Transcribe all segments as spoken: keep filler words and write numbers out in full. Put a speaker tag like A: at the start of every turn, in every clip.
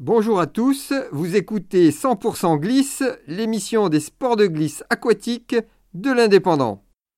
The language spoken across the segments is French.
A: Bonjour à tous, vous écoutez cent pour cent Glisse, l'émission des sports de glisse aquatique de l'Indépendant.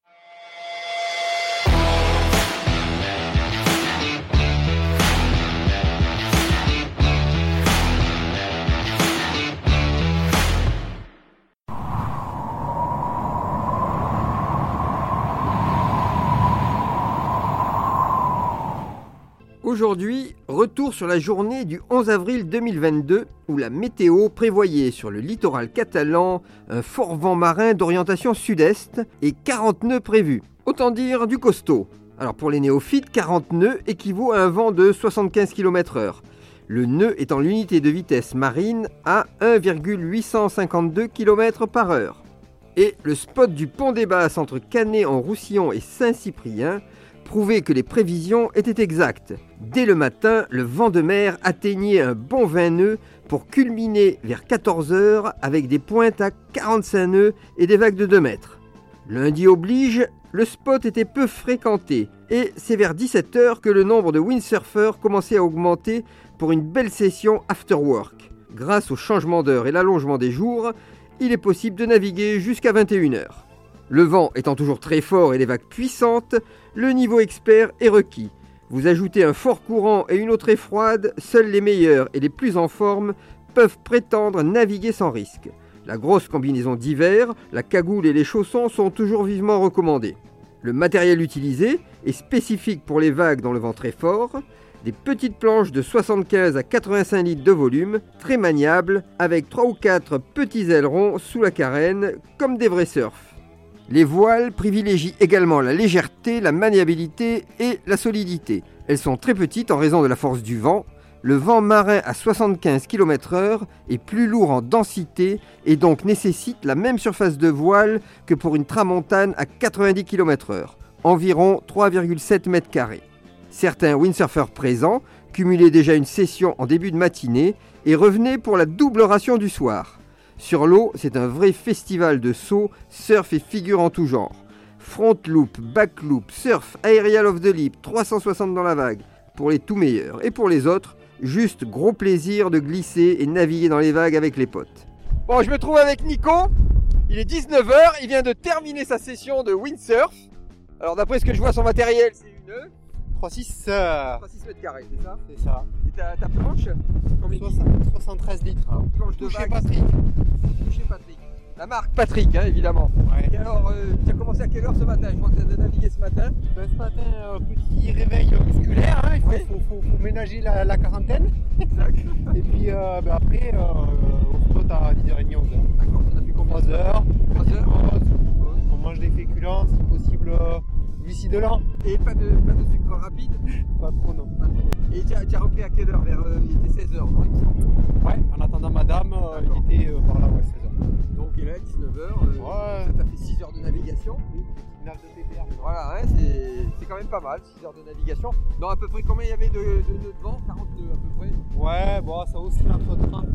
A: Aujourd'hui, retour sur la journée du onze avril deux mille vingt-deux où la météo prévoyait sur le littoral catalan un fort vent marin d'orientation sud-est et quarante nœuds prévus. Autant dire du costaud. Alors pour les néophytes, quarante nœuds équivaut à un vent de soixante-quinze kilomètres heure. Le nœud étant l'unité de vitesse marine à un virgule huit cent cinquante-deux kilomètres par heure. Et le spot du Pont des Basses entre Canet-en-Roussillon et Saint-Cyprien prouvait que les prévisions étaient exactes. Dès le matin, le vent de mer atteignait un bon vingt nœuds pour culminer vers quatorze heures avec des pointes à quarante-cinq nœuds et des vagues de deux mètres. Lundi oblige, le spot était peu fréquenté et c'est vers dix-sept heures que le nombre de windsurfers commençait à augmenter pour une belle session after work. Grâce au changement d'heure et l'allongement des jours, il est possible de naviguer jusqu'à vingt et une heures. Le vent étant toujours très fort et les vagues puissantes, le niveau expert est requis. Vous ajoutez un fort courant et une eau très froide, seuls les meilleurs et les plus en forme peuvent prétendre naviguer sans risque. La grosse combinaison d'hiver, la cagoule et les chaussons sont toujours vivement recommandés. Le matériel utilisé est spécifique pour les vagues dans le vent très fort, des petites planches de soixante-quinze à quatre-vingt-cinq litres de volume, très maniables, avec trois ou quatre petits ailerons sous la carène, comme des vrais surfs. Les voiles privilégient également la légèreté, la maniabilité et la solidité. Elles sont très petites en raison de la force du vent. Le vent marin à soixante-quinze kilomètres heure est plus lourd en densité et donc nécessite la même surface de voile que pour une tramontane à quatre-vingt-dix kilomètres heure, environ trois virgule sept mètres carrés. Certains windsurfers présents cumulaient déjà une session en début de matinée et revenaient pour la double ration du soir. Sur l'eau, c'est un vrai festival de sauts, surf et figures en tout genre. Front loop, back loop, surf, aerial of the lip, trois cent soixante dans la vague, pour les tout meilleurs. Et pour les autres, juste gros plaisir de glisser et naviguer dans les vagues avec les potes. Bon, je me trouve avec Nico, il est dix-neuf heures, il vient de terminer sa session de windsurf. Alors d'après ce que je vois, son matériel, c'est une...
B: trois virgule six euh...
A: mètres carrés, c'est ça?
B: C'est ça.
A: Et ta, ta planche combien
B: soixante-treize litres. Hein.
A: Planche de
B: Touché
A: vague.
B: Patrick.
A: Touché Patrick. La marque Patrick, hein, évidemment.
B: Ouais.
A: Et alors, euh, tu as commencé à quelle heure ce matin? Je crois que tu as navigué ce matin.
B: Ben, ce matin, euh, petit réveil musculaire. Hein. Il faut,
A: Oui.
B: faut, faut, faut ménager la, la quarantaine.
A: Exact.
B: Et puis euh, ben, après, euh, on se pote à dix heures trente, onze heures.
A: D'accord, ça a fait combien?
B: trois heures.
A: trois heures.
B: On mange des féculents, si possible euh, glucidolents.
A: Et pas de, pas de sucre rapide?
B: Pas trop, non.
A: Pas trop. Et tu as, tu as repris à quelle heure? Vers, euh, il était seize heures, non? Il me semble.
B: Ouais, en attendant madame, euh, il était euh, par là, ouais, seize heures.
A: Donc il est dix-neuf heures. Euh,
B: Ouais.
A: Ça t'a fait six heures de navigation.
B: Une heure de P P R.
A: Voilà, ouais, c'est, c'est quand même pas mal, six heures de navigation. Dans à peu près combien il y avait de, de nœuds de vent? quarante nœuds à peu près.
B: Ouais, bon, ça oscille entre trente,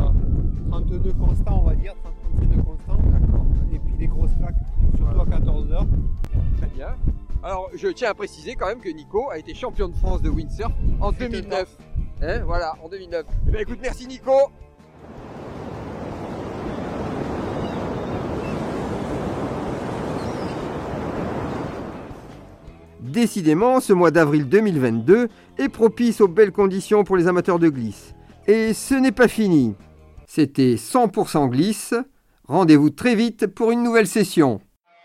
B: euh, trente nœuds constants, on va dire, trente à trente-cinq nœuds constants.
A: D'accord.
B: Et puis des grosses plaques, surtout
A: Voilà.
B: à quatorze heures.
A: Très bien. Alors, je tiens à préciser quand même que Nico a été champion de France de windsurf en deux mille neuf. Hein, voilà, en deux mille neuf. Eh bien, écoute, merci Nico. Décidément, ce mois d'avril deux mille vingt-deux est propice aux belles conditions pour les amateurs de glisse. Et ce n'est pas fini. C'était cent pour cent Glisse. Rendez-vous très vite pour une nouvelle session.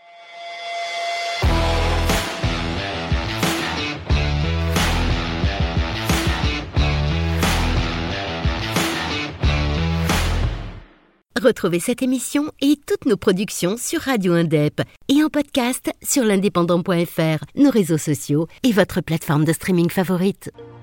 C: Retrouvez cette émission et toutes nos productions sur Radio Indep et en podcast sur l'indépendant point f r, nos réseaux sociaux et votre plateforme de streaming favorite.